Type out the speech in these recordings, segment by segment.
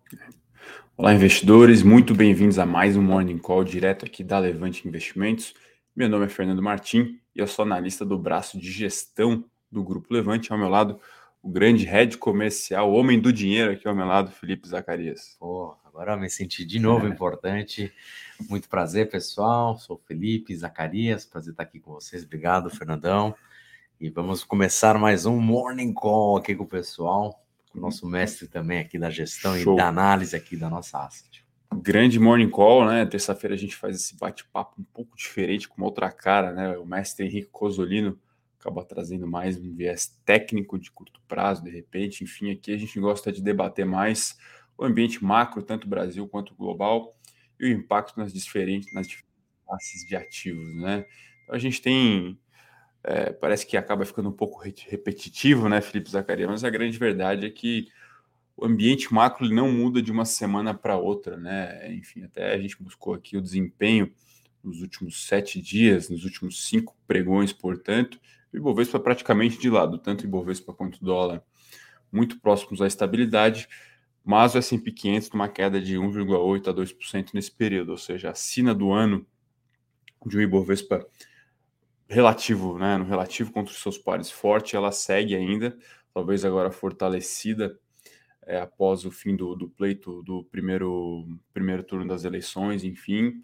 Olá, investidores, muito bem-vindos a mais um Morning Call direto aqui da Levante Investimentos. Meu nome é Fernando Martim e eu sou analista do braço de gestão do Grupo Levante. Ao meu lado, o grande head comercial, o homem do dinheiro aqui ao meu lado, Felipe Zacarias. Pô, agora eu me senti de novo importante. Muito prazer, pessoal. Sou o Felipe Zacarias, prazer estar aqui com vocês. Obrigado, Fernandão. E vamos começar mais um Morning Call aqui com o pessoal, com o nosso mestre também aqui da gestão e da Show! análise aqui da nossa asset. Grande Morning Call, né? Terça-feira a gente faz esse bate-papo um pouco diferente, com uma outra cara, né? O mestre Henrique Cosolino acaba trazendo mais um viés técnico de curto prazo, de repente. Enfim, aqui a gente gosta de debater mais o ambiente macro, tanto Brasil quanto global, e o impacto nas diferentes classes de ativos, né? Então a gente tem, parece que acaba ficando um pouco repetitivo, né, Felipe Zacarias? Mas a grande verdade é que o ambiente macro ele não muda de uma semana para outra, né? Enfim, até a gente buscou aqui o desempenho nos últimos 7 dias, nos últimos 5 pregões, portanto, o Ibovespa praticamente de lado, tanto o Ibovespa quanto o dólar muito próximos à estabilidade, mas o S&P 500 numa queda de 1,8% a 2% nesse período, ou seja, a sina do ano de um Ibovespa relativo, né, no relativo contra os seus pares forte, ela segue ainda, talvez agora fortalecida após o fim do pleito do primeiro turno das eleições, enfim.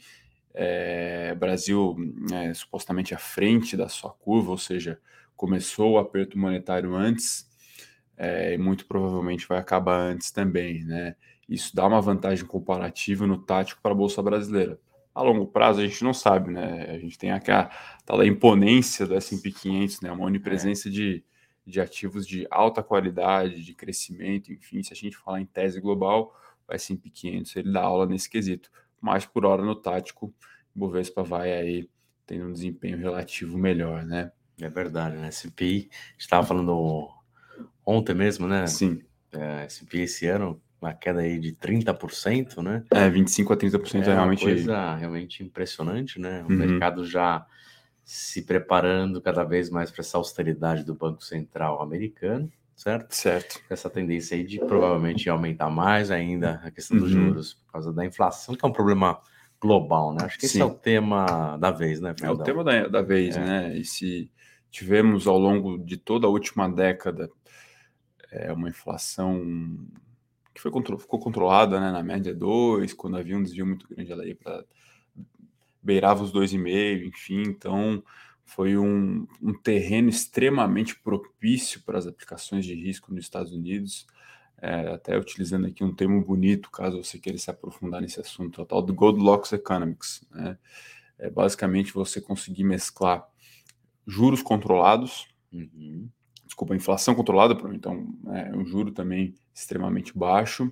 Brasil supostamente à frente da sua curva, ou seja, começou o aperto monetário antes e muito provavelmente vai acabar antes também, né? Isso dá uma vantagem comparativa no tático para a Bolsa Brasileira. A longo prazo a gente não sabe, né? A gente tem aquela tal imponência do S&P 500, né? Uma onipresença de ativos de alta qualidade, de crescimento, enfim, se a gente falar em tese global, o S&P 500 ele dá aula nesse quesito. Mas por hora no tático, o Bovespa vai aí tendo um desempenho relativo melhor, né? É verdade, né? S&P, estava falando ontem mesmo, né? Sim. S&P esse ano, uma queda aí de 30%, né? 25 a 30% é É uma realmente. coisa realmente impressionante, né? O Uhum. mercado já se preparando cada vez mais para essa austeridade do Banco Central americano, certo? Certo. Essa tendência aí de provavelmente aumentar mais ainda a questão dos Uhum. juros por causa da inflação, que é um problema global, né? Acho que esse é o Sim, tema da vez, né, é o Fernandão? tema da vez, É, né? E se tivemos ao longo de toda a última década uma inflação que ficou controlada, né, na média 2, quando havia um desvio muito grande, ela ia para beirava os 2,5, enfim, então foi um terreno extremamente propício para as aplicações de risco nos Estados Unidos, até utilizando aqui um termo bonito, caso você queira se aprofundar nesse assunto, o tal do Goldilocks Economics, né? É basicamente você conseguir mesclar juros controlados, uhum, desculpa, inflação controlada, então um juro também extremamente baixo,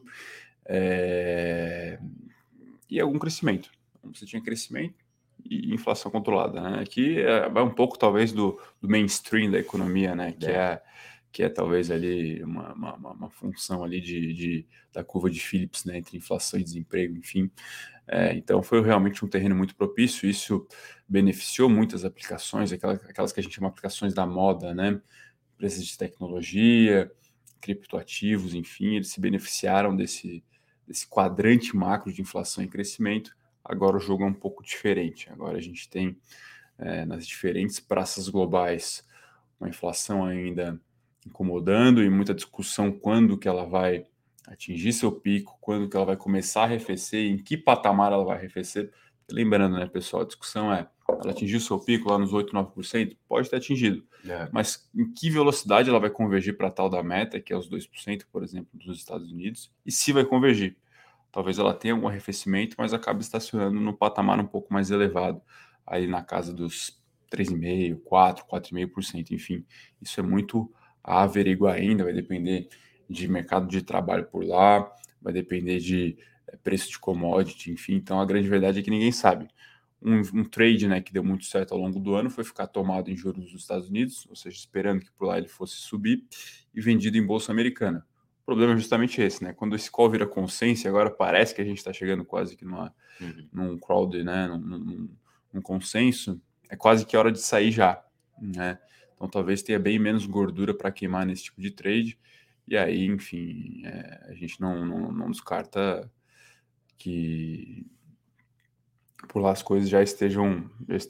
é, e algum crescimento. Então, você tinha crescimento e inflação controlada, né? Aqui vai um pouco talvez do mainstream da economia, né? Que é talvez ali uma função ali da curva de Phillips, né? Entre inflação e desemprego, enfim. Então foi realmente um terreno muito propício. Isso beneficiou muitas aplicações, aquelas que a gente chama aplicações da moda, né? Empresas de tecnologia, criptoativos, enfim, eles se beneficiaram desse quadrante macro de inflação e crescimento. Agora o jogo é um pouco diferente. Agora a gente tem nas diferentes praças globais uma inflação ainda incomodando e muita discussão quando que ela vai atingir seu pico, quando que ela vai começar a arrefecer, em que patamar ela vai arrefecer. Lembrando, né, pessoal, a discussão ela atingiu seu pico lá nos 8, 9%? Pode ter atingido, é, mas em que velocidade ela vai convergir para a tal da meta, que é os 2%, por exemplo, dos Estados Unidos, e se vai convergir. Talvez ela tenha algum arrefecimento, mas acabe estacionando no patamar um pouco mais elevado, aí na casa dos 3,5%, 4%, 4,5%, enfim. Isso é muito a averiguar ainda, vai depender de mercado de trabalho por lá, vai depender de preço de commodity, enfim. Então a grande verdade é que ninguém sabe. Um trade, né, que deu muito certo ao longo do ano foi ficar tomado em juros dos Estados Unidos, ou seja, esperando que por lá ele fosse subir, e vendido em bolsa americana. O problema é justamente esse, né? Quando esse call vira consenso, agora parece que a gente está chegando quase que uhum. num crowd, né? Num consenso, é quase que hora de sair já, né? Então talvez tenha bem menos gordura para queimar nesse tipo de trade E aí, enfim, a gente não descarta que por lá as coisas já estejam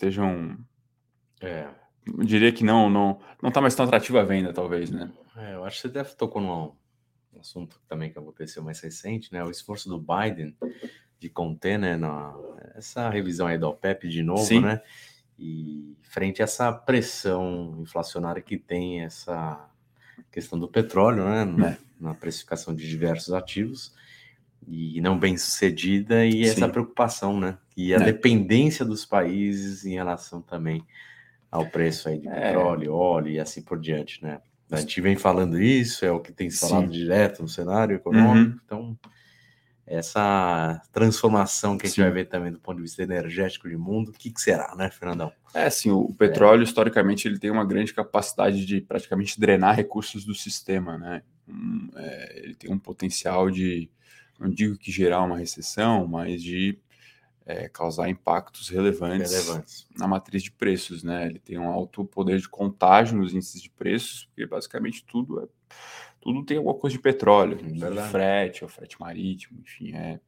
eu diria que não tá mais tão atrativa a venda, talvez, né? Eu acho que você deve tocou num assunto também que aconteceu mais recente, né? O esforço do Biden de conter, né, essa revisão aí da OPEP de novo, Sim. né? E frente a essa pressão inflacionária que tem essa questão do petróleo, né? Na precificação de diversos ativos e não bem sucedida, e essa Sim. preocupação, né? E a dependência dos países em relação também ao preço aí de petróleo, óleo e assim por diante, né? A gente vem falando isso, é o que tem se falado direto no cenário econômico, então essa transformação que a gente vai ver também do ponto de vista energético de mundo, o que será, né, Fernandão? Sim, o petróleo, historicamente, ele tem uma grande capacidade de praticamente drenar recursos do sistema, né? Ele tem um potencial de, não digo que gerar uma recessão, mas de causar impactos relevantes na matriz de preços, né? Ele tem um alto poder de contágio nos índices de preços, porque basicamente tudo tem alguma coisa de petróleo, frete, ou frete marítimo, enfim,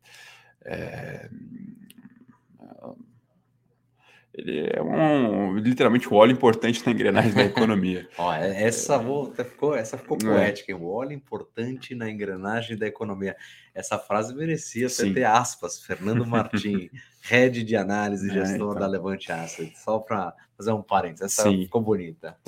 ele é literalmente um óleo importante na engrenagem da economia. Essa ficou poética, hein? O óleo importante na engrenagem da economia. Essa frase merecia até ter aspas. Fernando Martins, head de análise e gestão da Levante Asset. Só para fazer um parênteses, essa ficou bonita.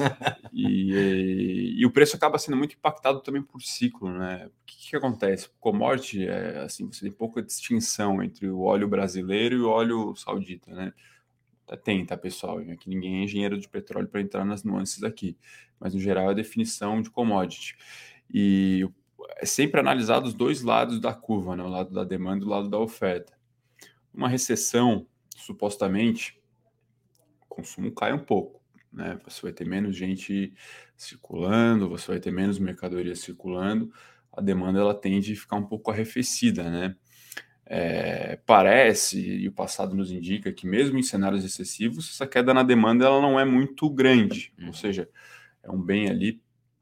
E o preço acaba sendo muito impactado também por ciclo, né? O que acontece? Commodity, assim, você tem pouca distinção entre o óleo brasileiro e o óleo saudita, né? Tem, tá, pessoal? Aqui ninguém é engenheiro de petróleo para entrar nas nuances aqui, mas no geral é a definição de commodity. E é sempre analisado os dois lados da curva, né? O lado da demanda e o lado da oferta. Uma recessão, supostamente, o consumo cai um pouco, né? Você vai ter menos gente circulando, você vai ter menos mercadoria circulando, a demanda ela tende a ficar um pouco arrefecida, né? Parece, e o passado nos indica, que mesmo em cenários excessivos, essa queda na demanda ela não é muito grande, ou seja, é um bem ali,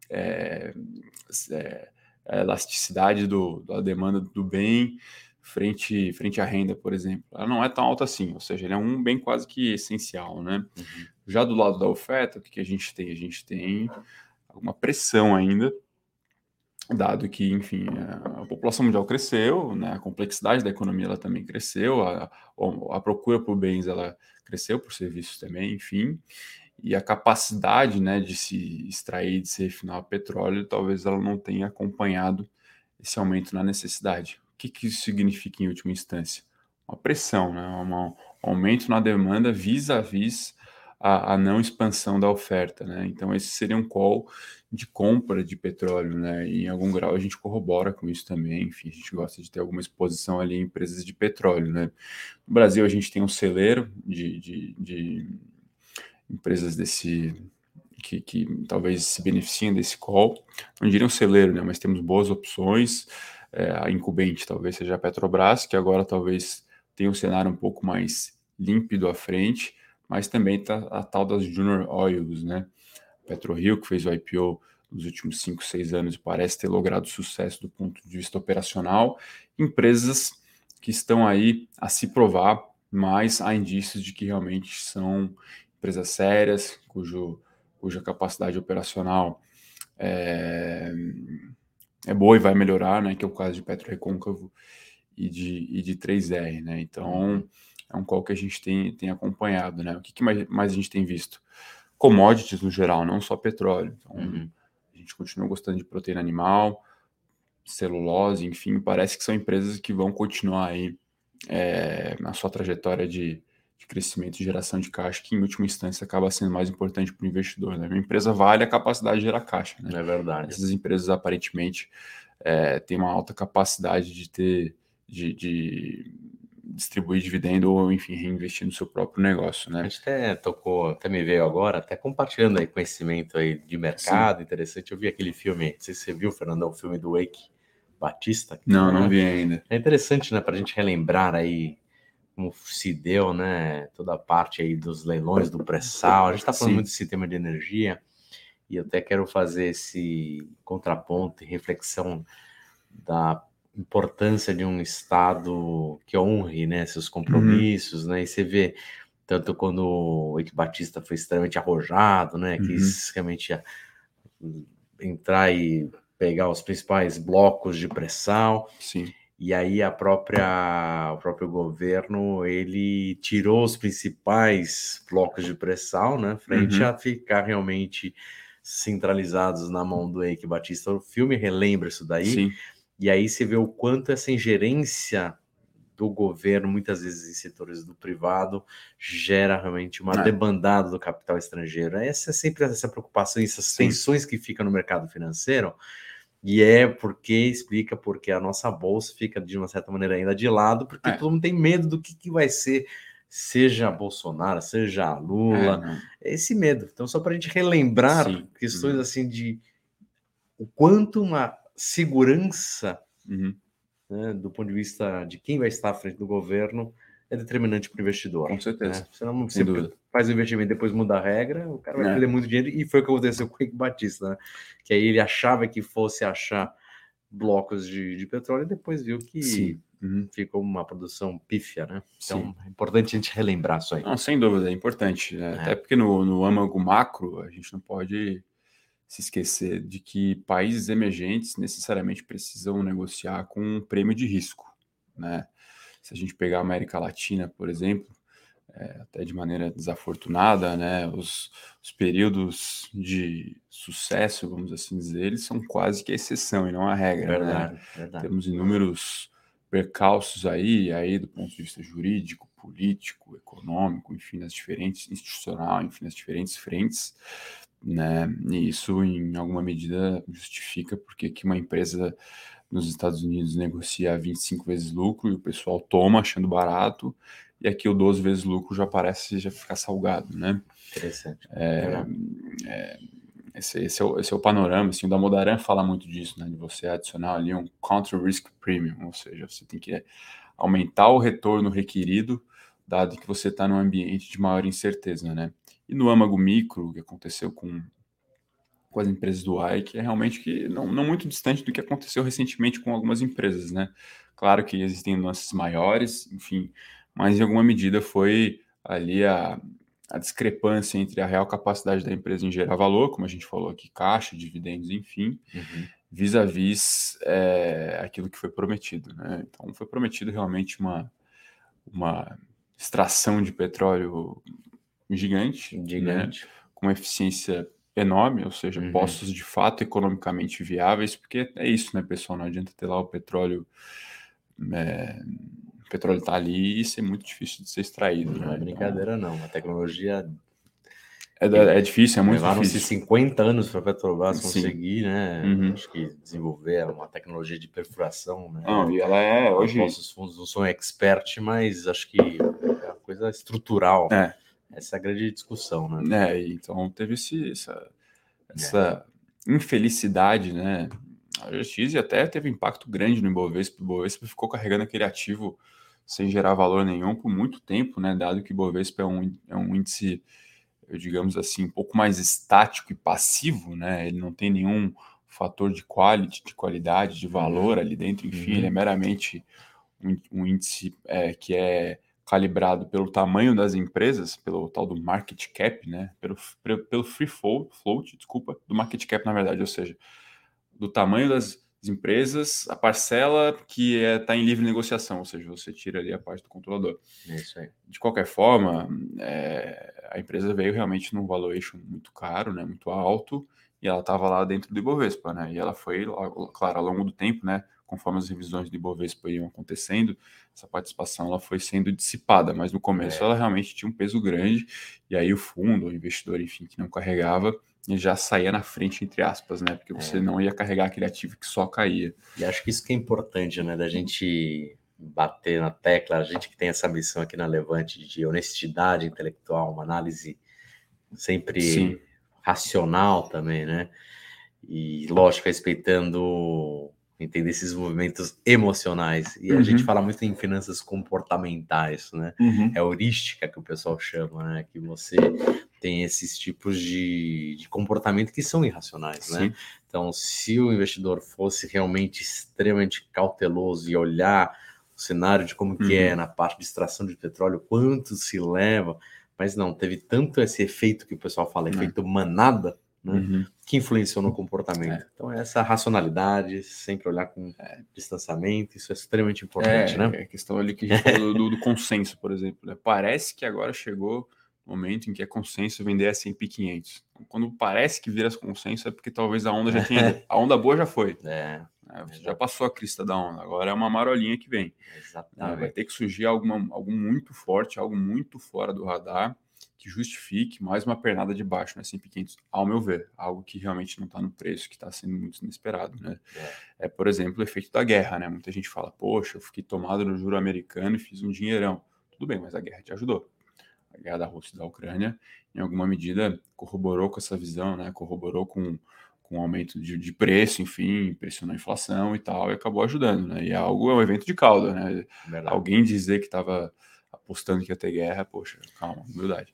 a elasticidade da demanda do bem frente à renda, por exemplo, ela não é tão alta assim, ou seja, ele é um bem quase que essencial, né? Já do lado da oferta, o que a gente tem? A gente tem alguma pressão ainda, dado que, enfim, a população mundial cresceu, né, a complexidade da economia ela também cresceu, a procura por bens ela cresceu, por serviços também, enfim, e a capacidade, né, de se extrair, de se refinar petróleo, talvez ela não tenha acompanhado esse aumento na necessidade. O que isso significa em última instância? Uma pressão, né, um aumento na demanda vis-à-vis a não expansão da oferta, né? Então esse seria um call de compra de petróleo, né? E em algum grau a gente corrobora com isso também. Enfim, a gente gosta de ter alguma exposição ali em empresas de petróleo, né? No Brasil a gente tem um celeiro de empresas que talvez se beneficiem desse call. Não diria um celeiro, né? Mas temos boas opções. A incumbente talvez seja a Petrobras, que agora talvez tenha um cenário um pouco mais límpido à frente, mas também tá a tal das Junior Oils, né? PetroRio, que fez o IPO nos últimos 5, 6 anos e parece ter logrado sucesso do ponto de vista operacional. Empresas que estão aí a se provar, mas há indícios de que realmente são empresas sérias, cuja capacidade operacional é boa e vai melhorar, né? Que é o caso de PetroRecôncavo e de 3R, né? Então, é um call que a gente tem acompanhado, né? O que mais a gente tem visto? Commodities no geral, não só petróleo. Então, a gente continua gostando de proteína animal, celulose, enfim, parece que são empresas que vão continuar aí na sua trajetória de crescimento e geração de caixa, que em última instância acaba sendo mais importante para o investidor, né? Uma empresa vale a capacidade de gerar caixa, né? É verdade. Essas empresas aparentemente têm uma alta capacidade de distribuir dividendo ou, enfim, reinvestir no seu próprio negócio, né? A gente até me veio agora, até compartilhando aí conhecimento aí de mercado. Sim. Interessante. Eu vi aquele filme, não sei se você viu, Fernando, o filme do Wake Batista. Não vi ainda. É interessante, né, para a gente relembrar aí como se deu, né, toda a parte aí dos leilões do pré-sal. A gente está falando muito desse tema de energia e eu até quero fazer esse contraponto e reflexão da importância de um Estado que honre, né, seus compromissos, né, e você vê, tanto quando o Eike Batista foi extremamente arrojado, né, quis realmente entrar e pegar os principais blocos de pressão, Sim. e aí o próprio governo, ele tirou os principais blocos de pressão, né, frente a ficar realmente centralizados na mão do Eike Batista. O filme relembra isso daí, Sim. e aí você vê o quanto essa ingerência do governo, muitas vezes em setores do privado, gera realmente uma debandada do capital estrangeiro. Essa é sempre essa preocupação, essas tensões que ficam no mercado financeiro, e explica porque a nossa bolsa fica, de uma certa maneira, ainda de lado, porque todo mundo tem medo do que vai ser, seja Bolsonaro, seja Lula, esse medo. Então, só para a gente relembrar questões assim de o quanto uma segurança, né, do ponto de vista de quem vai estar à frente do governo, é determinante para o investidor. Com certeza. Né? Senão você faz o investimento, depois muda a regra, o cara vai perder muito dinheiro, e foi o que aconteceu com o Eike Batista, né? Que aí ele achava que fosse achar blocos de petróleo e depois viu que ficou uma produção pífia, né? Então é importante a gente relembrar isso aí. Não, sem dúvida, é importante. Né? Até porque no âmago macro, a gente não pode se esquecer de que países emergentes necessariamente precisam negociar com um prêmio de risco, né? Se a gente pegar a América Latina, por exemplo, até de maneira desafortunada, né, os períodos de sucesso, vamos assim dizer, eles são quase que a exceção e não a regra. Verdade. Temos inúmeros percalços aí do ponto de vista jurídico, político, econômico, enfim, institucional, enfim, nas diferentes frentes, né? E isso, em alguma medida, justifica porque que uma empresa nos Estados Unidos negocia a 25 vezes lucro e o pessoal toma achando barato, e aqui o 12 vezes lucro já parece já ficar salgado, né? Interessante. Esse é o panorama, assim, o Damodaran fala muito disso, né? De você adicionar ali um counter risk premium, ou seja, você tem que aumentar o retorno requerido, dado que você está num ambiente de maior incerteza, né? E no âmago micro, o que aconteceu com as empresas do Ike é realmente que não muito distante do que aconteceu recentemente com algumas empresas, né? Claro que existem nuances maiores, enfim, mas em alguma medida foi ali a discrepância entre a real capacidade da empresa em gerar valor, como a gente falou aqui, caixa, dividendos, enfim, vis-à-vis aquilo que foi prometido, né? Então foi prometido realmente uma extração de petróleo gigante. Né? Com uma eficiência enorme, ou seja, postos de fato economicamente viáveis, porque é isso, né, pessoal? Não adianta ter lá o petróleo tá ali e ser muito difícil de ser extraído. Não é brincadeira, não. A tecnologia é difícil, é muito levaram-se difícil. 50 anos para a Petrobras conseguir, né? Acho que desenvolver uma tecnologia de perfuração, né? Não, e ela é hoje. Nossos fundos não são expert, mas acho que é uma coisa estrutural. Essa é a grande discussão, né? Então teve essa infelicidade, né? A justiça até teve impacto grande no Ibovespa. O Ibovespa ficou carregando aquele ativo sem gerar valor nenhum por muito tempo, né? Dado que o Ibovespa é um índice, digamos assim, um pouco mais estático e passivo, né? Ele não tem nenhum fator de qualidade, de valor ali dentro. Enfim, ele é meramente um índice que é calibrado pelo tamanho das empresas, pelo tal do market cap, né? Pelo free float, desculpa, do market cap, na verdade, ou seja, do tamanho das empresas, a parcela que está em livre negociação, ou seja, você tira ali a parte do controlador. É isso aí. De qualquer forma, a empresa veio realmente num valuation muito caro, né, muito alto, e ela estava lá dentro do Ibovespa, né, e ela foi, claro, ao longo do tempo, né, conforme as revisões do Ibovespa iam acontecendo, essa participação ela foi sendo dissipada, mas no começo ela realmente tinha um peso grande, e aí o fundo, o investidor, enfim, que não carregava, ele já saía na frente, entre aspas, né? Porque você não ia carregar aquele ativo que só caía. E acho que isso que é importante, né? Da gente bater na tecla, a gente que tem essa missão aqui na Levante de honestidade intelectual, uma análise sempre racional também, né? E, lógico, respeitando entender esses movimentos emocionais. E a gente fala muito em finanças comportamentais, né? É heurística que o pessoal chama, né? Que você tem esses tipos de comportamento que são irracionais, né? Então, se o investidor fosse realmente extremamente cauteloso e olhar o cenário de como que é na parte de extração de petróleo, quanto se leva, mas não, teve tanto esse efeito que o pessoal fala, efeito manada, né? Que influenciou no comportamento. Então, essa racionalidade, sempre olhar com distanciamento, isso é extremamente importante, né? É a questão ali que a gente falou do consenso, por exemplo. Né? Parece que agora chegou o momento em que é consenso vender S&P 500. Quando parece que vira consenso é porque talvez a onda já tinha ido. A onda boa já foi. Você já passou a crista da onda. Agora é uma marolinha que vem. Vai ter que surgir algo muito forte, algo muito fora do radar, que justifique mais uma pernada de baixo no S&P 500, ao meu ver. Algo que realmente não está no preço, que está sendo muito inesperado. Né? Por exemplo, o efeito da guerra. Né? Muita gente fala, poxa, eu fiquei tomado no juro americano e fiz um dinheirão. Tudo bem, mas a guerra te ajudou. A guerra da Rússia e da Ucrânia, em alguma medida, corroborou com essa visão, né? Corroborou com o aumento de preço, enfim, pressionou a inflação e tal, e acabou ajudando, né? E é um evento de cauda, né? Alguém dizer que estava apostando que ia ter guerra, poxa, calma, humildade.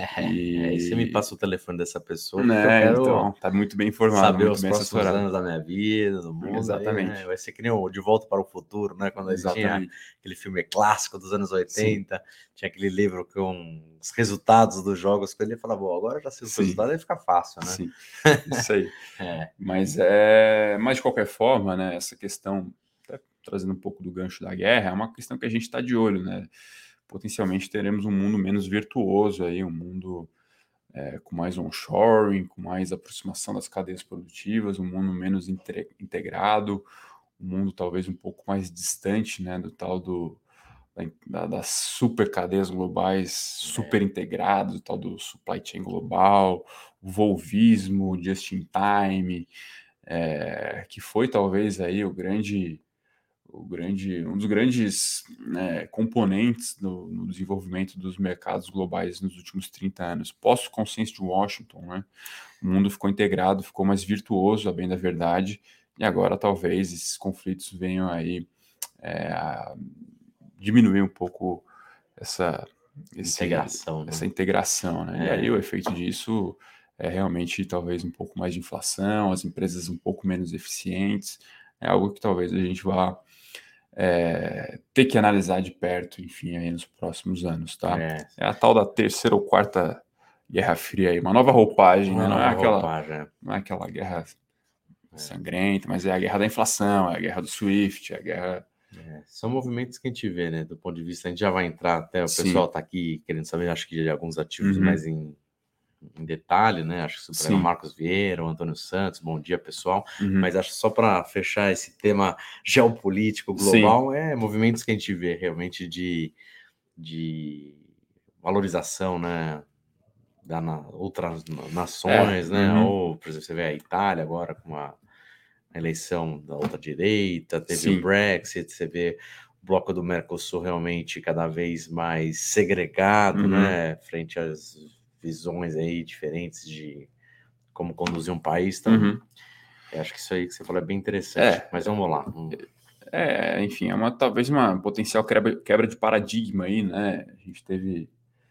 E você me passa o telefone dessa pessoa, porque eu quero então, tá muito bem informado, saber muito os bem próximos assessorado. anos da minha vida, do mundo. Exatamente. Aí, né? Vai ser que nem o De Volta para o Futuro, né? Quando ele tinha aquele filme clássico dos anos 80, tinha aquele livro com os resultados dos jogos, que ele falava, bom, agora já sei os resultados, aí fica fácil, né? Sim, isso aí. Mas de qualquer forma, né, essa questão, trazendo um pouco do gancho da guerra, é uma questão que a gente está de olho, né? Potencialmente teremos um mundo menos virtuoso aí, um mundo com mais onshoring, com mais aproximação das cadeias produtivas, um mundo menos integrado, um mundo talvez um pouco mais distante, né, do tal das super cadeias globais, super integradas, o tal do supply chain global, o volvismo, o just in time, que foi talvez aí um dos grandes, né, componentes no desenvolvimento dos mercados globais nos últimos 30 anos. Pós-consenso de Washington, né, o mundo ficou integrado, ficou mais virtuoso, a bem da verdade, e agora talvez esses conflitos venham aí a diminuir um pouco essa integração, né? E aí o efeito disso é realmente talvez um pouco mais de inflação, as empresas um pouco menos eficientes, é algo que talvez a gente vá ter que analisar de perto, enfim, aí nos próximos anos, tá? É a tal da terceira ou quarta Guerra Fria aí, uma nova roupagem, né? Não é aquela guerra sangrenta, mas é a guerra da inflação, é a guerra do SWIFT, é a guerra... São movimentos que a gente vê, né? Do ponto de vista, a gente já vai entrar até, o pessoal tá aqui querendo saber, acho que de alguns ativos mais em detalhe, né? Acho que o Marcos Vieira, o Antônio Santos, bom dia, pessoal. Mas acho que só para fechar esse tema geopolítico global, movimentos que a gente vê realmente de valorização, né? Outras nações, né? Ou, por exemplo, você vê a Itália agora com a eleição da outra direita, teve o Brexit, você vê o bloco do Mercosul realmente cada vez mais segregado, né? Frente às visões aí diferentes de como conduzir um país. Então, eu acho que isso aí que você falou é bem interessante. Mas vamos lá. Enfim, talvez uma potencial quebra de paradigma aí, né? A gente teve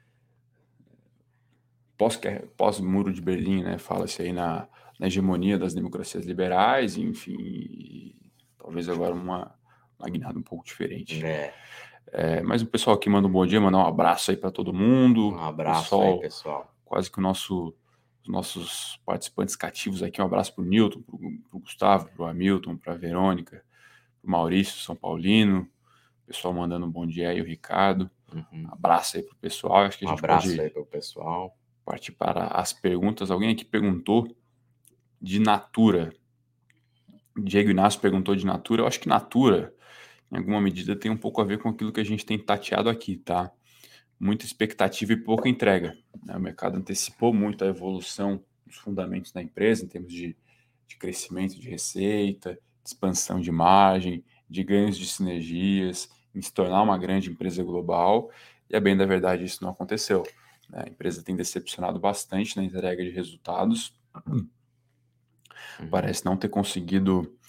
pós-muro de Berlim, né? Fala-se aí na hegemonia das democracias liberais, enfim, talvez agora uma guinada um pouco diferente. Mas o pessoal aqui manda um bom dia, mandar um abraço aí para todo mundo. Um abraço aí, pessoal. Quase que os nossos participantes cativos aqui. Um abraço para o Newton, para o Gustavo, para o Hamilton, para a Verônica, para o Maurício, São Paulino. O pessoal mandando um bom dia aí, o Ricardo. Um abraço aí para o pessoal. Acho que a gente abraço aí para o pessoal. Partir para as perguntas. Alguém aqui perguntou de Natura. Diego Inácio perguntou de Natura. Eu acho que Natura, em alguma medida, tem um pouco a ver com aquilo que a gente tem tateado aqui, tá? Muita expectativa e pouca entrega. Né? O mercado antecipou muito a evolução dos fundamentos da empresa em termos de crescimento de receita, de expansão de margem, de ganhos de sinergias, em se tornar uma grande empresa global. E, a bem da verdade, isso não aconteceu. A empresa tem decepcionado bastante na entrega de resultados. Parece não ter conseguido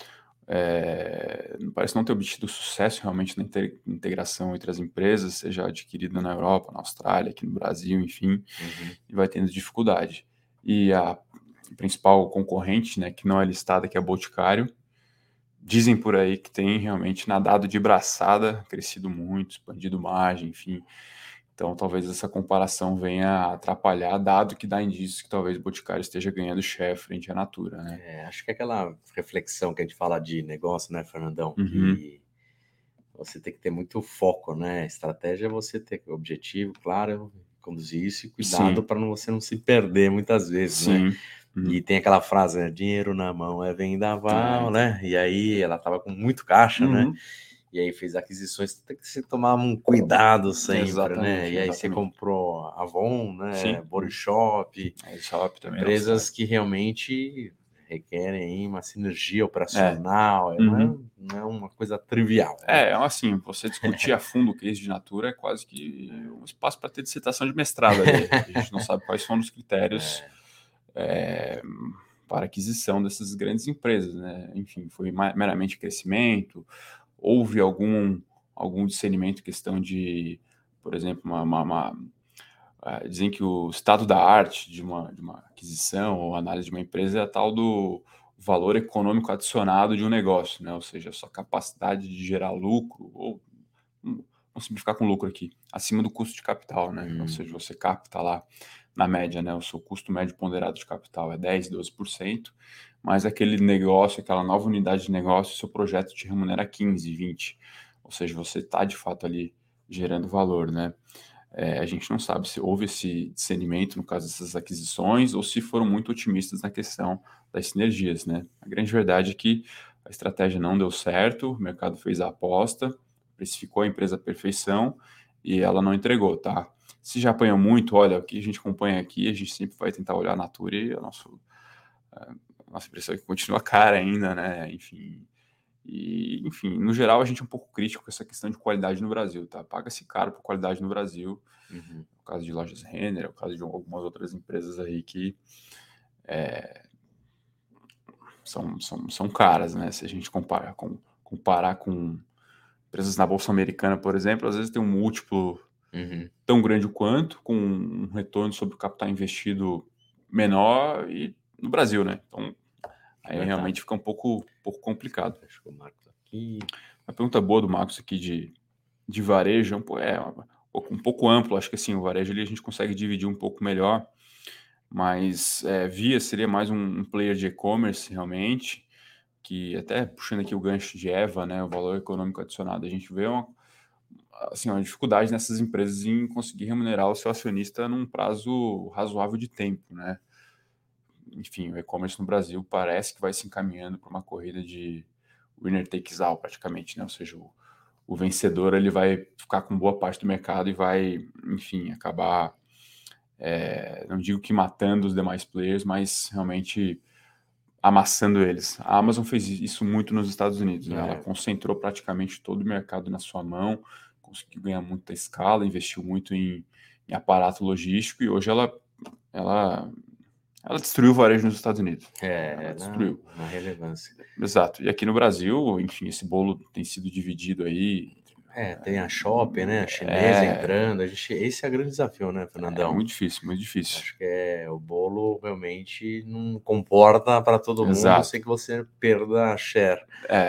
parece não ter obtido sucesso realmente na integração entre as empresas, seja adquirida na Europa, na Austrália, aqui no Brasil, enfim, e vai tendo dificuldade. E a principal concorrente, né, que não é listada, que é a Boticário, dizem por aí que tem realmente nadado de braçada, crescido muito, expandido margem, enfim. Então, talvez essa comparação venha a atrapalhar, dado que dá indícios que talvez o Boticário esteja ganhando share frente à Natura, né? Acho que é aquela reflexão que a gente fala de negócio, né, Fernandão? Uhum. Que você tem que ter muito foco, né? Estratégia é você ter objetivo, claro, conduzir isso e cuidado para você não se perder muitas vezes, né? E tem aquela frase, né? Dinheiro na mão é vendaval, né? E aí ela tava com muito caixa, né? E aí fez aquisições, tem que se tomar um cuidado sempre, né? E aí você comprou a Avon, né? Body Shop, empresas que realmente requerem aí uma sinergia operacional, não é uma coisa trivial. Né? Assim, você discutir a fundo o case de Natura é quase que um espaço para ter dissertação de mestrado ali. A gente não sabe quais são os critérios para aquisição dessas grandes empresas, né? Enfim, foi meramente crescimento, houve algum discernimento, questão de, por exemplo, dizem que o estado da arte de uma aquisição ou análise de uma empresa é a tal do valor econômico adicionado de um negócio, né? Ou seja, a sua capacidade de gerar lucro, ou vamos simplificar com lucro aqui, acima do custo de capital, né? Ou seja, você capta lá, na média, né? O seu custo médio ponderado de capital é 10%, 12%, mas aquele negócio, aquela nova unidade de negócio, seu projeto te remunera 15%, 20%. Ou seja, você está, de fato, ali gerando valor, né? A gente não sabe se houve esse discernimento no caso dessas aquisições ou se foram muito otimistas na questão das sinergias, né? A grande verdade é que a estratégia não deu certo, o mercado fez a aposta, precificou a empresa à perfeição e ela não entregou, tá? Se já apanhou muito, olha, o que a gente acompanha aqui, a gente sempre vai tentar olhar a Natura e a nossa impressão é que continua cara ainda, né? Enfim, no geral, a gente é um pouco crítico com essa questão de qualidade no Brasil, tá? Paga-se caro por qualidade no Brasil. No caso de lojas Renner, no caso de algumas outras empresas aí que são caras, né? Se a gente comparar com empresas na Bolsa Americana, por exemplo, às vezes tem um múltiplo tão grande quanto, com um retorno sobre o capital investido menor e no Brasil, né? Então, aí realmente fica um pouco complicado. Acho que o Marcos aqui. A pergunta boa do Marcos aqui de varejo um pouco amplo. Acho que assim, o varejo ali a gente consegue dividir um pouco melhor, mas Via seria mais um player de e-commerce realmente, que até puxando aqui o gancho de Eva, né, o valor econômico adicionado, a gente vê uma dificuldade nessas empresas em conseguir remunerar o seu acionista num prazo razoável de tempo, né? Enfim, o e-commerce no Brasil parece que vai se encaminhando para uma corrida de winner takes all praticamente, né? Ou seja, o vencedor ele vai ficar com boa parte do mercado e vai, enfim, acabar, não digo que matando os demais players, mas realmente amassando eles. A Amazon fez isso muito nos Estados Unidos, né? Ela concentrou praticamente todo o mercado na sua mão, conseguiu ganhar muita escala, investiu muito em aparato logístico e hoje ela destruiu o varejo nos Estados Unidos. Ela destruiu. Uma relevância. Exato. E aqui no Brasil, enfim, esse bolo tem sido dividido aí. Tem a Shopee, né? A chinesa entrando. Esse é o grande desafio, né, Fernandão? É muito difícil, muito difícil. Acho que o bolo realmente não comporta para todo mundo sem que você perda a share.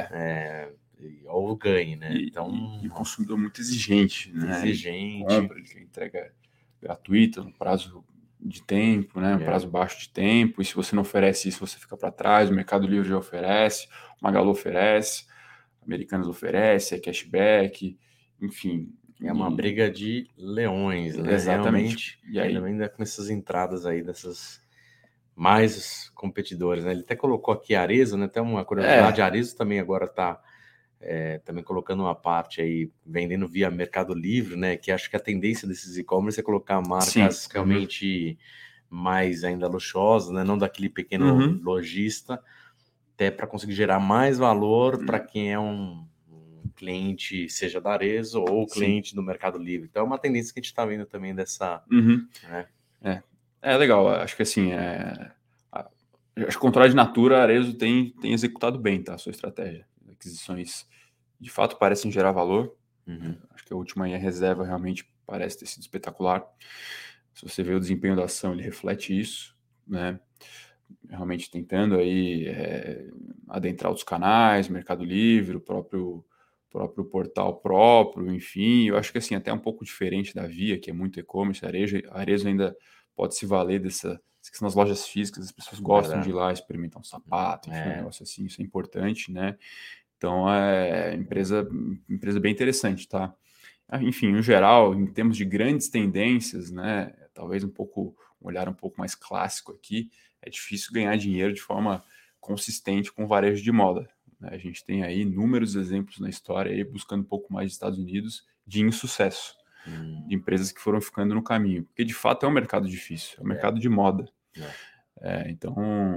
Ou ganhe, né? E o consumidor muito exigente, né? Compra, ele quer entrega gratuita no prazo de tempo, né? Um prazo baixo de tempo. E se você não oferece isso, você fica para trás. O Mercado Livre já oferece, o Magalu oferece, Americanas oferece, cashback, enfim. É uma briga de leões, né? Exatamente. Realmente, e aí, ainda com essas entradas aí dessas mais competidores, né? Ele até colocou aqui a Arezzo, né? Tem uma curiosidade, a Arezzo também agora está também colocando uma parte aí, vendendo via Mercado Livre, né? Que acho que a tendência desses e-commerce é colocar marcas realmente mais ainda luxuosas, né? Não daquele pequeno lojista, até para conseguir gerar mais valor para quem é um cliente, seja da Arezzo ou cliente do Mercado Livre. Então é uma tendência que a gente está vendo também dessa... Né? É legal, acho que assim, acho que o contrário de Natura, a Arezzo tem executado bem, tá, a sua estratégia. aquisições de fato parecem gerar valor. Uhum. Acho que a última aí, a reserva, realmente parece ter sido espetacular. Se você vê o desempenho da ação, ele reflete isso, né? Realmente tentando aí adentrar os canais, Mercado Livre, o próprio portal próprio, enfim. Eu acho que assim, até um pouco diferente da Via, que é muito e-commerce, a Arezzo ainda pode se valer dessa questão das lojas físicas, as pessoas gostam de ir lá experimentar um sapato, enfim, um negócio assim, isso é importante, né? Então, é empresa bem interessante, tá? Enfim, no geral, em termos de grandes tendências, né, talvez um olhar um pouco mais clássico aqui, é difícil ganhar dinheiro de forma consistente com varejo de moda, né? A gente tem aí inúmeros exemplos na história, aí, buscando um pouco mais dos Estados Unidos, de insucesso, de empresas que foram ficando no caminho, porque de fato é um mercado difícil, é um mercado de moda. Então,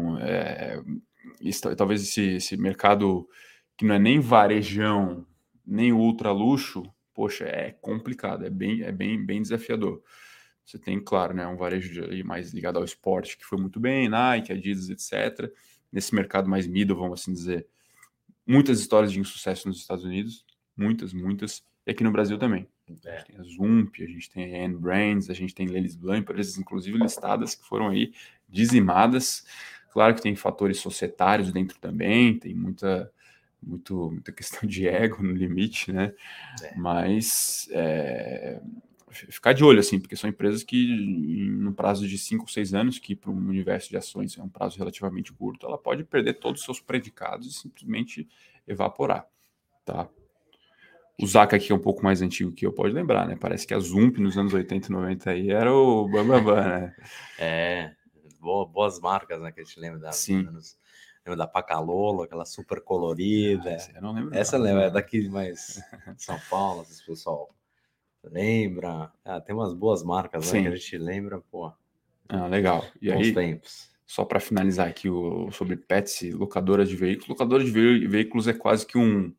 talvez esse mercado que não é nem varejão, nem ultra luxo, poxa, é complicado, bem desafiador. Você tem, claro, né, um varejo mais ligado ao esporte, que foi muito bem, Nike, Adidas, etc. Nesse mercado mais middle, vamos assim dizer, muitas histórias de insucesso nos Estados Unidos, muitas, e aqui no Brasil também. A gente tem a Zump, a gente tem a N Brands, a gente tem Lelis Blanc, empresas inclusive listadas que foram aí dizimadas. Claro que tem fatores societários dentro também, tem muita questão de ego no limite, né? Mas ficar de olho, assim, porque são empresas que, no prazo de 5 ou 6 anos, que para um universo de ações é um prazo relativamente curto, ela pode perder todos os seus predicados e simplesmente evaporar, tá? O Zaka aqui é um pouco mais antigo que eu, pode lembrar, né? Parece que a Zump nos anos 80 e 90 aí era o bambambam, né? Boas marcas, né? Que a gente lembra Sim. Lembra da Pacalolo, aquela super colorida. Essa eu não lembro. Essa lembra, é daqui mais São Paulo, esse pessoal lembra. Tem umas boas marcas, né? Que a gente lembra, pô. Legal. E bons aí, tempos. Só para finalizar aqui sobre Pets, locadoras de veículos. Locadora de veículos é quase que um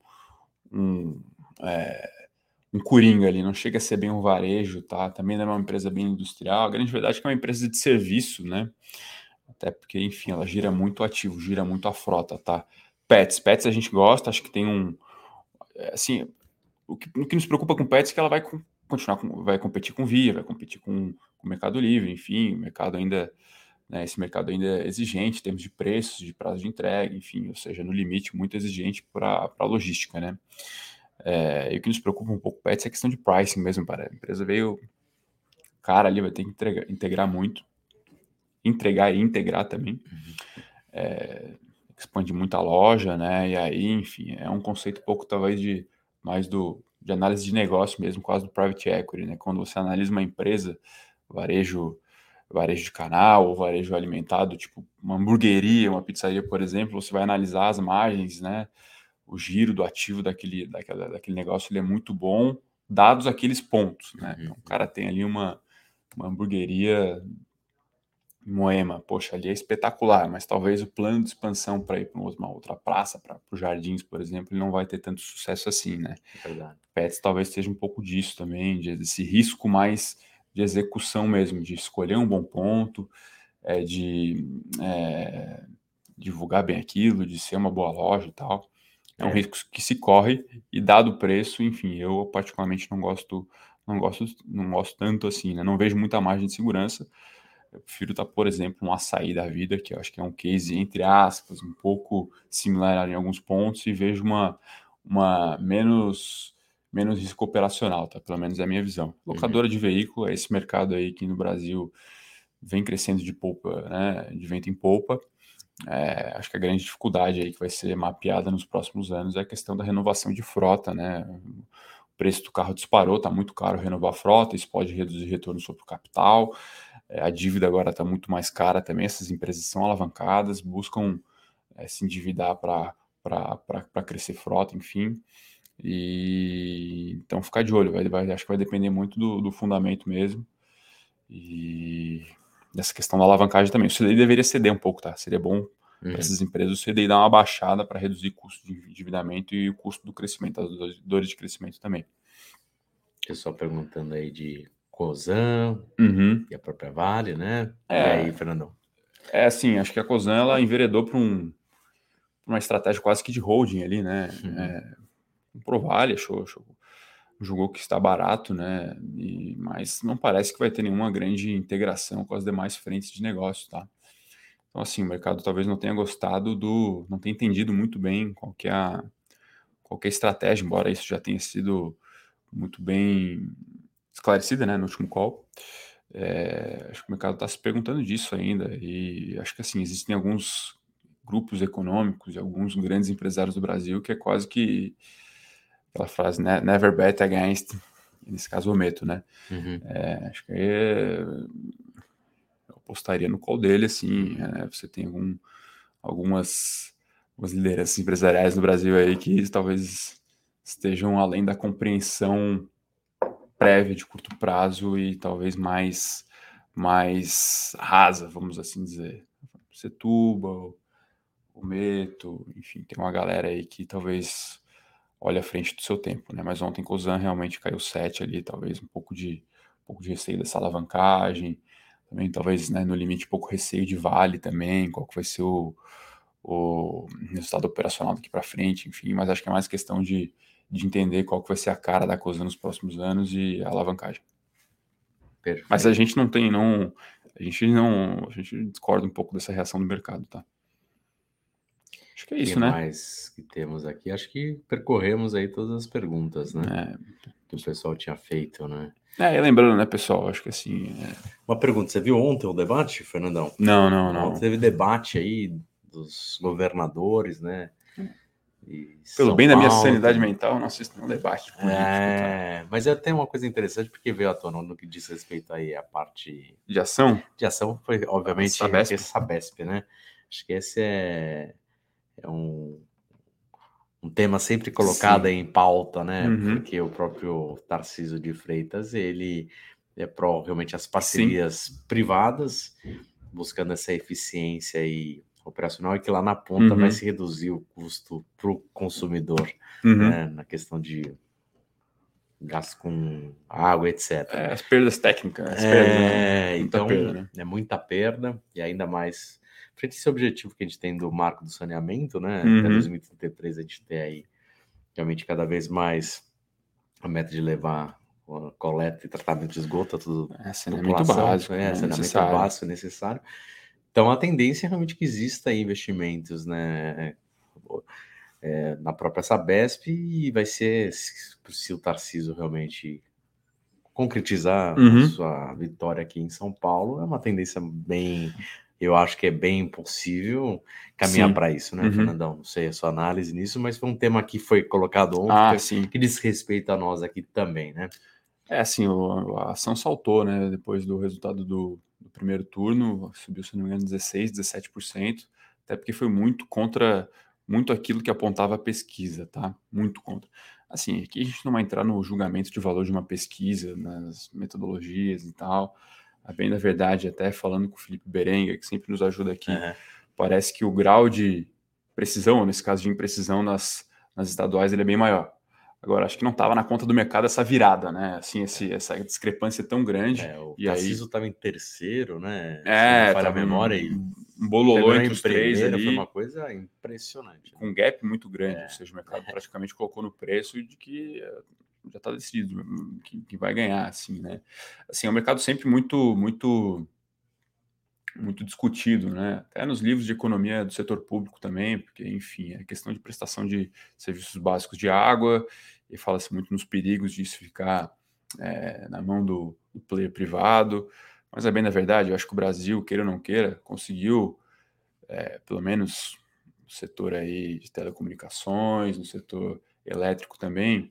coringa ali, não chega a ser bem um varejo, tá? Também não é uma empresa bem industrial. A grande verdade é que é uma empresa de serviço, né? Até porque, enfim, ela gira muito ativo, gira muito a frota, tá? Pets a gente gosta, acho que tem assim, o que nos preocupa com Pets é que ela vai continuar, vai competir com Via, vai competir com o Mercado Livre, enfim, o mercado ainda, né, esse mercado ainda é exigente em termos de preços, de prazo de entrega, enfim, ou seja, no limite, muito exigente para a logística, né? E o que nos preocupa um pouco, Pets, é a questão de pricing mesmo, para a empresa veio cara ali, vai ter que integrar muito, entregar e integrar também, expande muito a loja, né? E aí, enfim, é um conceito um pouco talvez de análise de negócio mesmo, quase do private equity, né? Quando você analisa uma empresa, varejo de canal ou varejo alimentado, tipo uma hamburgueria, uma pizzaria, por exemplo, você vai analisar as margens, né? O giro do ativo daquele negócio, ele é muito bom, dados aqueles pontos, né? Então, o cara tem ali uma hamburgueria em Moema, poxa, ali é espetacular, mas talvez o plano de expansão para ir para uma outra praça, para os Jardins, por exemplo, ele não vai ter tanto sucesso assim, né? Verdade. Pets talvez seja um pouco disso também, desse risco mais de execução mesmo, de escolher um bom ponto, de divulgar bem aquilo, de ser uma boa loja e tal. É um risco que se corre e dado o preço, enfim, eu particularmente não gosto tanto assim, né? Não vejo muita margem de segurança. Eu prefiro estar, por exemplo, um Açaí da vida, que eu acho que é um case, entre aspas, um pouco similar em alguns pontos, e vejo uma menos risco operacional, tá? Pelo menos é a minha visão. Locadora de veículo é esse mercado aí que no Brasil vem crescendo de polpa, né? De vento em polpa. Acho que a grande dificuldade aí que vai ser mapeada nos próximos anos é a questão da renovação de frota, né? O preço do carro disparou, está muito caro renovar a frota, isso pode reduzir retorno sobre o capital. A dívida agora está muito mais cara também, essas empresas são alavancadas, buscam se endividar para crescer frota, enfim. E então ficar de olho, acho que vai depender muito do fundamento mesmo. E dessa questão da alavancagem também. O CDI deveria ceder um pouco, tá? Seria bom para essas empresas o CDI dar uma baixada para reduzir o custo de endividamento e o custo do crescimento, as dores de crescimento também. Pessoal perguntando aí de Cosan e a própria Vale, né? E aí, Fernandão? Assim, acho que a Cosan ela enveredou para uma estratégia quase que de holding ali, né? Comprou Vale, achou julgou que está barato, né? Mas não parece que vai ter nenhuma grande integração com as demais frentes de negócio, tá? Então, assim, o mercado talvez não tenha gostado não tenha entendido muito bem qual que é a estratégia, embora isso já tenha sido muito bem esclarecida, né, no último call. Acho que o mercado está se perguntando disso ainda, e acho que, assim, existem alguns grupos econômicos e alguns grandes empresários do Brasil que é quase que aquela frase, né, never bet against, nesse caso o Meto, né? Acho que eu apostaria no call dele, assim, você tem algumas lideranças empresariais no Brasil aí que talvez estejam além da compreensão prévia de curto prazo e talvez mais rasa, vamos assim dizer. Setúbal, o Meto, enfim, tem uma galera aí que talvez olhe à frente do seu tempo, né? Mas ontem Cosan realmente caiu 7 ali, talvez um pouco de receio dessa alavancagem, também talvez, né, no limite pouco receio de Vale também, qual que vai ser o resultado operacional daqui para frente, enfim, mas acho que é mais questão de entender qual que vai ser a cara da Cosan nos próximos anos e a alavancagem. Perfeito. Mas a gente a gente discorda um pouco dessa reação do mercado, tá? Acho que é isso, O que né? mais que temos aqui? Acho que percorremos aí todas as perguntas, né? Que o pessoal tinha feito, né? E lembrando, né, pessoal, acho que assim... Uma pergunta, você viu ontem o debate, Fernandão? Não. Ontem teve debate aí dos governadores, né? E Pelo São bem da minha Paulo sanidade também. mental, eu não assisto nenhum debate político, tá? Mas eu tenho uma coisa interessante, porque veio à tona no que diz respeito aí à parte De ação? de ação, foi obviamente Sabesp. Sabesp, né? Acho que esse é um tema sempre colocado Sim. aí em pauta, né? Uhum. Porque o próprio Tarcísio de Freitas, ele é pró realmente as parcerias privadas, buscando essa eficiência aí operacional e que lá na ponta vai se reduzir o custo para o consumidor, né? Na questão de gasto com água, etc. As perdas técnicas, as perdas, né? Muita Então, perda, né? é muita perda, e ainda mais frente a esse objetivo que a gente tem do marco do saneamento, né? Até 2033 a gente tem aí realmente cada vez mais a meta de levar a coleta e tratamento de esgoto a toda a Saneamento população, básico, saneamento necessário. básico necessário. Então, a tendência é realmente que exista aí investimentos, né? Na própria Sabesp, e vai ser, se o Tarcísio realmente concretizar a sua vitória aqui em São Paulo, é uma tendência bem, eu acho que é bem possível caminhar para isso, né, Fernandão? Não sei a sua análise nisso, mas foi um tema que foi colocado ontem, que diz respeito a nós aqui também, né? Assim, a ação saltou, né, depois do resultado do primeiro turno, subiu, se não me engano, 16, 17%, até porque foi muito contra aquilo que apontava a pesquisa, tá? Muito contra. Assim, aqui a gente não vai entrar no julgamento de valor de uma pesquisa, nas metodologias e tal. A bem da verdade, até falando com o Felipe Berenga, que sempre nos ajuda aqui, parece que o grau de precisão, nesse caso de imprecisão nas estaduais, ele é bem maior. Agora, acho que não estava na conta do mercado essa virada, né? Assim, essa discrepância tão grande. O e Tarcísio aí estava em terceiro, né? Se não me falha a memória, e um bololô terminou entre em os três primeiro, ali. Foi uma coisa impressionante. Com um gap muito grande, ou seja, o mercado praticamente colocou no preço de que já está decidido que vai ganhar, assim, né? Assim, é um mercado sempre muito discutido, né? Até nos livros de economia do setor público também, porque, enfim, é questão de prestação de serviços básicos de água, e fala-se muito nos perigos disso ficar na mão do player privado, mas bem na verdade, eu acho que o Brasil, queira ou não queira, conseguiu, pelo menos no setor aí de telecomunicações, no setor elétrico também,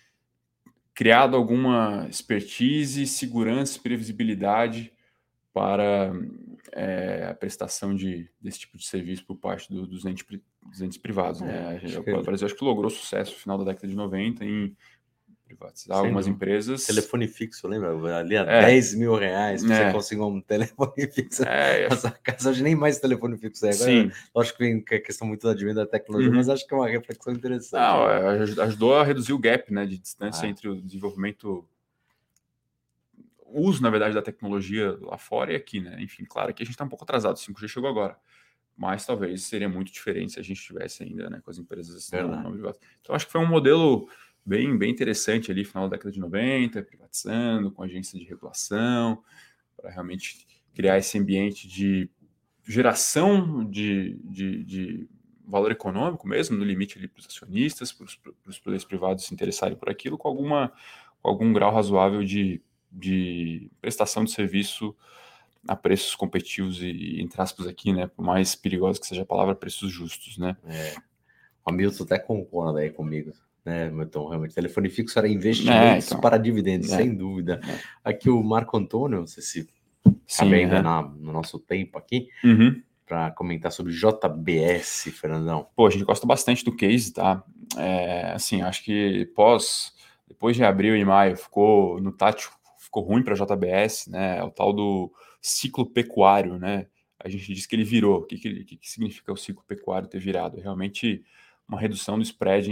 criado alguma expertise, segurança e previsibilidade para a prestação desse tipo de serviço por parte dos entes privados. Né? O Brasil acho que logrou sucesso no final da década de 90 em privatizar algumas empresas. Telefone fixo, lembra? Ali a R$10 mil para você conseguir um telefone fixo. Nossa casa hoje nem mais telefone fixo é. Agora, lógico que é questão muito da advento da tecnologia, mas acho que é uma reflexão interessante. Ajudou a reduzir o gap, né, de distância entre o desenvolvimento, o uso, na verdade, da tecnologia lá fora e aqui, né? Enfim, claro que a gente está um pouco atrasado, o 5G chegou agora. mas talvez seria muito diferente se a gente tivesse ainda, né, com as empresas Verdade. não privadas. Então, acho que foi um modelo bem interessante ali, final da década de 90, privatizando, com agência de regulação, para realmente criar esse ambiente de geração de valor econômico mesmo, no limite ali para os acionistas, para os players privados se interessarem por aquilo, com algum grau razoável de prestação de serviço a preços competitivos e, entre aspas aqui, né, por mais perigosa que seja a palavra, preços justos, né? O Hamilton até concorda aí comigo, né, então realmente telefone fixo era investimentos Então, para dividendos, é, sem dúvida. Aqui o Marco Antônio, não sei se cabe sim, ainda no nosso tempo aqui, Uhum. para comentar sobre JBS, Fernandão. Pô, a gente gosta bastante do case, tá? Assim, acho que depois de abril e maio, ficou no tático, ficou ruim para a JBS, né? É o tal do ciclo pecuário, né? A gente diz que ele virou. O que significa o ciclo pecuário ter virado? É realmente uma redução do spread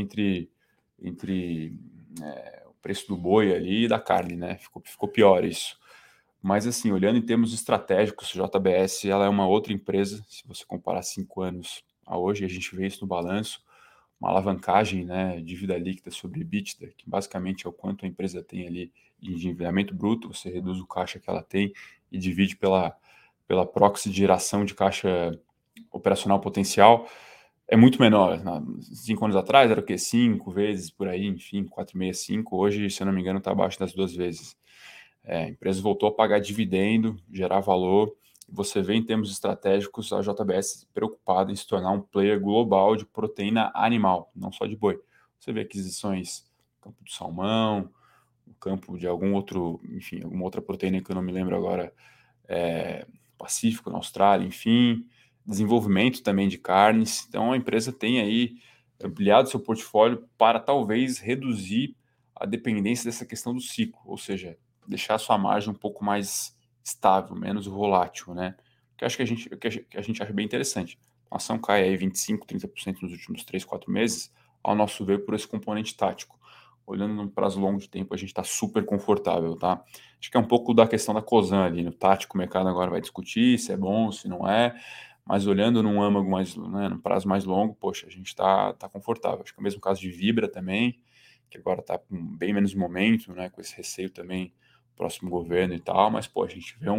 entre o preço do boi ali e da carne, né? Ficou pior isso. Mas, assim, olhando em termos estratégicos, a JBS ela é uma outra empresa, se você comparar 5 anos a hoje, a gente vê isso no balanço, uma alavancagem, né, dívida líquida sobre EBITDA, que basicamente é o quanto a empresa tem ali de endividamento bruto, você reduz o caixa que ela tem e divide pela proxy de geração de caixa operacional potencial, é muito menor. 5 anos atrás era o quê? 5 vezes por aí, enfim, 4,5, 5. Hoje, se eu não me engano, está abaixo das 2 vezes. A empresa voltou a pagar dividendo, gerar valor. Você vê em termos estratégicos a JBS preocupada em se tornar um player global de proteína animal, não só de boi. Você vê aquisições no campo do salmão, no campo de algum outro, enfim, alguma outra proteína que eu não me lembro agora, Pacífico, na Austrália, enfim, desenvolvimento também de carnes. Então a empresa tem aí ampliado seu portfólio para talvez reduzir a dependência dessa questão do ciclo, ou seja, deixar a sua margem um pouco mais estável, menos volátil, né? Que acho que a gente acha bem interessante. A ação cai aí 25, 30% nos últimos 3, 4 meses, ao nosso ver, por esse componente tático. Olhando num prazo longo de tempo, a gente está super confortável, tá? Acho que é um pouco da questão da Cosan ali, no tático, o mercado agora vai discutir se é bom, se não é, mas olhando num âmago mais, né, num prazo mais longo, poxa, a gente está confortável. Acho que é o mesmo caso de Vibra também, que agora está com bem menos momento, né, com esse receio também próximo governo e tal, mas pô, a gente vê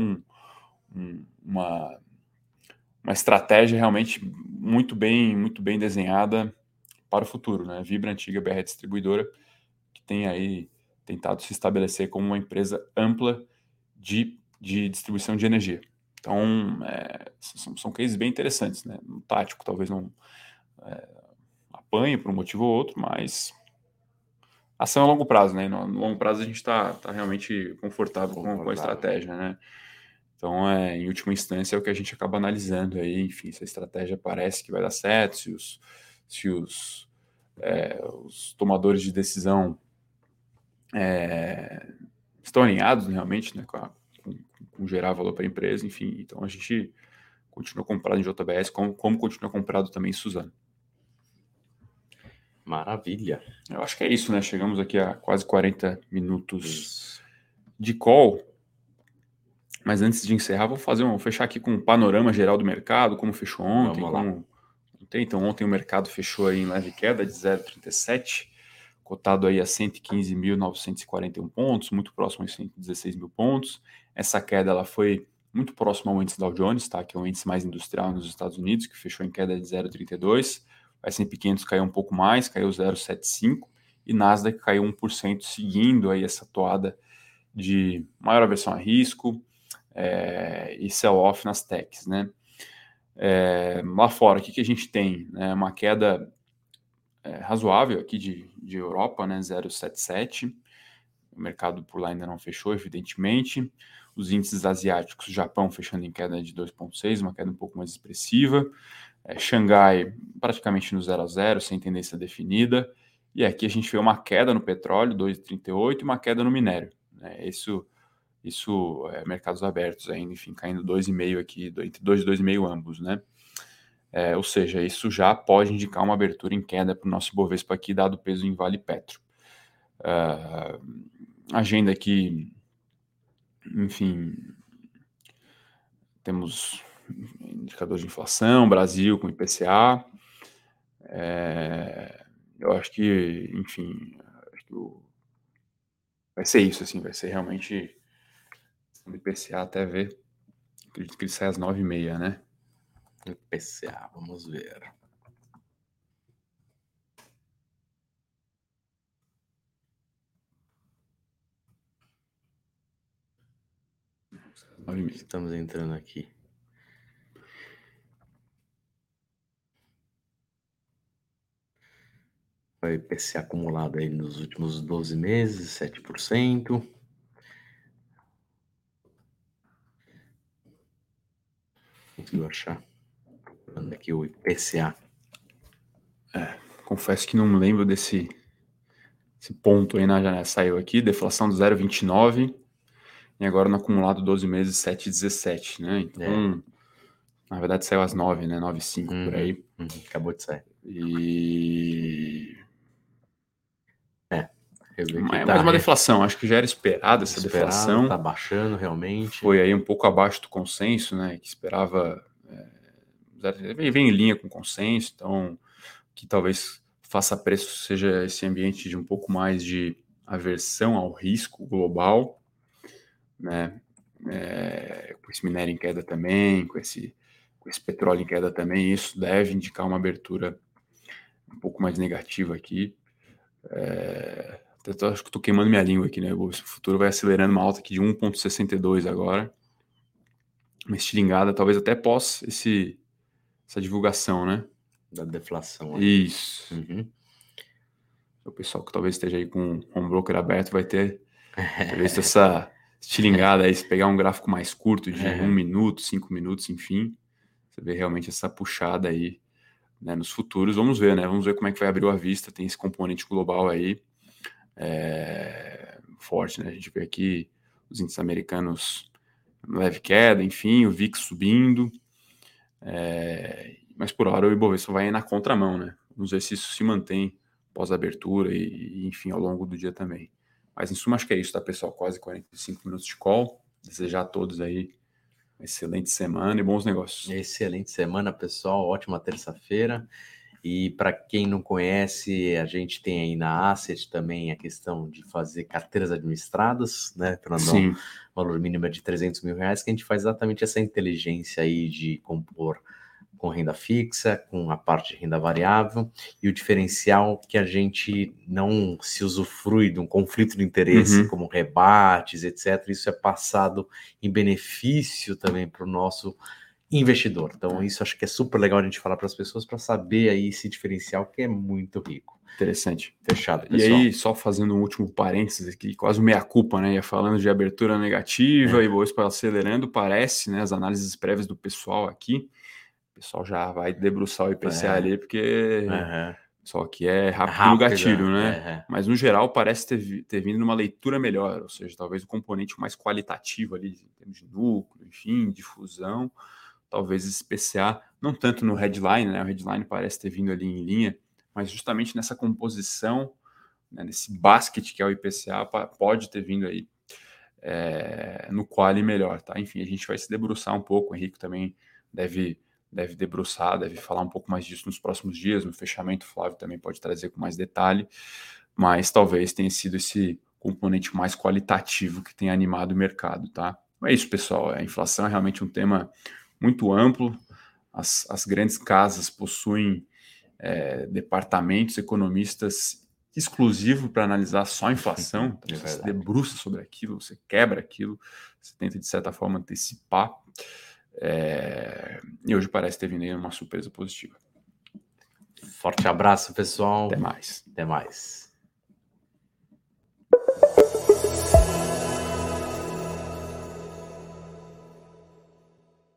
uma estratégia realmente muito bem desenhada para o futuro, né? Vibra, antiga BR Distribuidora, que tem aí tentado se estabelecer como uma empresa ampla de distribuição de energia. Então, são cases bem interessantes, né? No tático, talvez não apanhe por um motivo ou outro, mas ação a longo prazo, né? No longo prazo a gente está realmente confortável com a estratégia, né? Então, em última instância, é o que a gente acaba analisando aí, enfim, se a estratégia parece que vai dar certo, se os tomadores de decisão estão alinhados realmente, né, com gerar valor para a empresa, enfim. Então, a gente continua comprado em JBS, como continua comprado também em Suzano. Maravilha. Eu acho que é isso, né? Chegamos aqui a quase 40 minutos de call. Mas antes de encerrar, vou fechar aqui com um panorama geral do mercado, como fechou ontem. Então, ontem o mercado fechou aí em leve queda de 0,37, cotado aí a 115.941 pontos, muito próximo a 116 mil pontos. Essa queda ela foi muito próxima ao índice Dow Jones, tá? Que é o índice mais industrial nos Estados Unidos, que fechou em queda de 0,32. O S&P 500 caiu um pouco mais, caiu 0,75, e Nasdaq caiu 1%, seguindo aí essa toada de maior aversão a risco e sell-off nas techs, né? Lá fora, o que a gente tem? Uma queda razoável aqui de Europa, né? 0,77. O mercado por lá ainda não fechou, evidentemente. Os índices asiáticos, Japão fechando em queda de 2,6, uma queda um pouco mais expressiva. Xangai praticamente no 0 a 0, sem tendência definida. E aqui a gente vê uma queda no petróleo, 2,38, e uma queda no minério. Né? Isso mercados abertos ainda, enfim, caindo 2,5 aqui, entre 2 e 2,5 ambos, né? Ou seja, isso já pode indicar uma abertura em queda para o nosso Ibovespa aqui, dado o peso em Vale Petro. Agenda aqui, enfim, temos indicador de inflação, Brasil com IPCA. Eu acho que, enfim, vai ser isso, assim, vai ser realmente o IPCA até ver. Acredito que ele sai às 9h30, né? IPCA, vamos ver. Estamos entrando aqui. O IPCA acumulado aí nos últimos 12 meses, 7%. Conseguiu achar? Procurando aqui o IPCA. Confesso que não me lembro desse ponto aí na janela. Saiu aqui, deflação do 0,29 e agora no acumulado 12 meses 7,17, né? Então, na verdade saiu às 9, né? 9,5 por aí. Acabou de sair. E... Tá mais uma deflação, acho que já era esperada essa deflação. Tá baixando realmente. Foi aí um pouco abaixo do consenso, né? Que esperava... vem em linha com o consenso, então que talvez faça preço seja esse ambiente de um pouco mais de aversão ao risco global, né? Com esse minério em queda também, com esse petróleo em queda também, isso deve indicar uma abertura um pouco mais negativa aqui. Acho que estou queimando minha língua aqui, né? O futuro vai acelerando uma alta aqui de 1,62 agora. Uma estilingada, talvez até pós essa divulgação, né? Da deflação. Aí. Isso. O pessoal que talvez esteja aí com o home broker aberto vai ter visto essa estilingada aí. Se pegar um gráfico mais curto de 1 minuto, 5 minutos, enfim, você vê realmente essa puxada aí, né, nos futuros. Vamos ver, né? Vamos ver como é que vai abrir a vista. Tem esse componente global aí forte, né? A gente vê aqui os índices americanos leve queda, enfim, o VIX subindo. Mas por hora o Ibovespa vai na contramão, né? Vamos ver se isso se mantém pós-abertura e, enfim, ao longo do dia também. Mas, em suma, acho que é isso, tá, pessoal? Quase 45 minutos de call. Desejar a todos aí uma excelente semana e bons negócios. Excelente semana, pessoal. Ótima terça-feira. E para quem não conhece, a gente tem aí na Asset também a questão de fazer carteiras administradas, né? Sim. Valor mínimo de R$300 mil, que a gente faz exatamente essa inteligência aí de compor com renda fixa, com a parte de renda variável, e o diferencial que a gente não se usufrui de um conflito de interesse, como rebates, etc. Isso é passado em benefício também para o nosso investidor. Então, isso acho que é super legal a gente falar para as pessoas para saber aí esse diferencial que é muito rico. Interessante. Fechado, pessoal. E aí, só fazendo um último parênteses aqui, quase meia-culpa, né? Ia falando de abertura negativa e Ibovespa acelerando, parece, né? As análises prévias do pessoal aqui. O pessoal já vai debruçar o IPCA ali, porque só que é rápido no gatilho, né? Mas, no geral, parece ter vindo numa leitura melhor, ou seja, talvez o componente mais qualitativo ali, em termos de núcleo, enfim, difusão, talvez esse IPCA, não tanto no headline, né? O headline parece ter vindo ali em linha, mas justamente nessa composição, né, nesse basket que é o IPCA, pode ter vindo aí no quali melhor, tá? Enfim, a gente vai se debruçar um pouco, o Henrique também deve debruçar, deve falar um pouco mais disso nos próximos dias, no fechamento o Flávio também pode trazer com mais detalhe, mas talvez tenha sido esse componente mais qualitativo que tenha animado o mercado, tá? É isso, pessoal, a inflação é realmente um tema muito amplo, as grandes casas possuem departamentos economistas exclusivos para analisar só a inflação, então você se debruça sobre aquilo, você quebra aquilo, você tenta de certa forma antecipar, e hoje parece ter vindo aí uma surpresa positiva. Forte abraço, pessoal. Até mais. Até mais.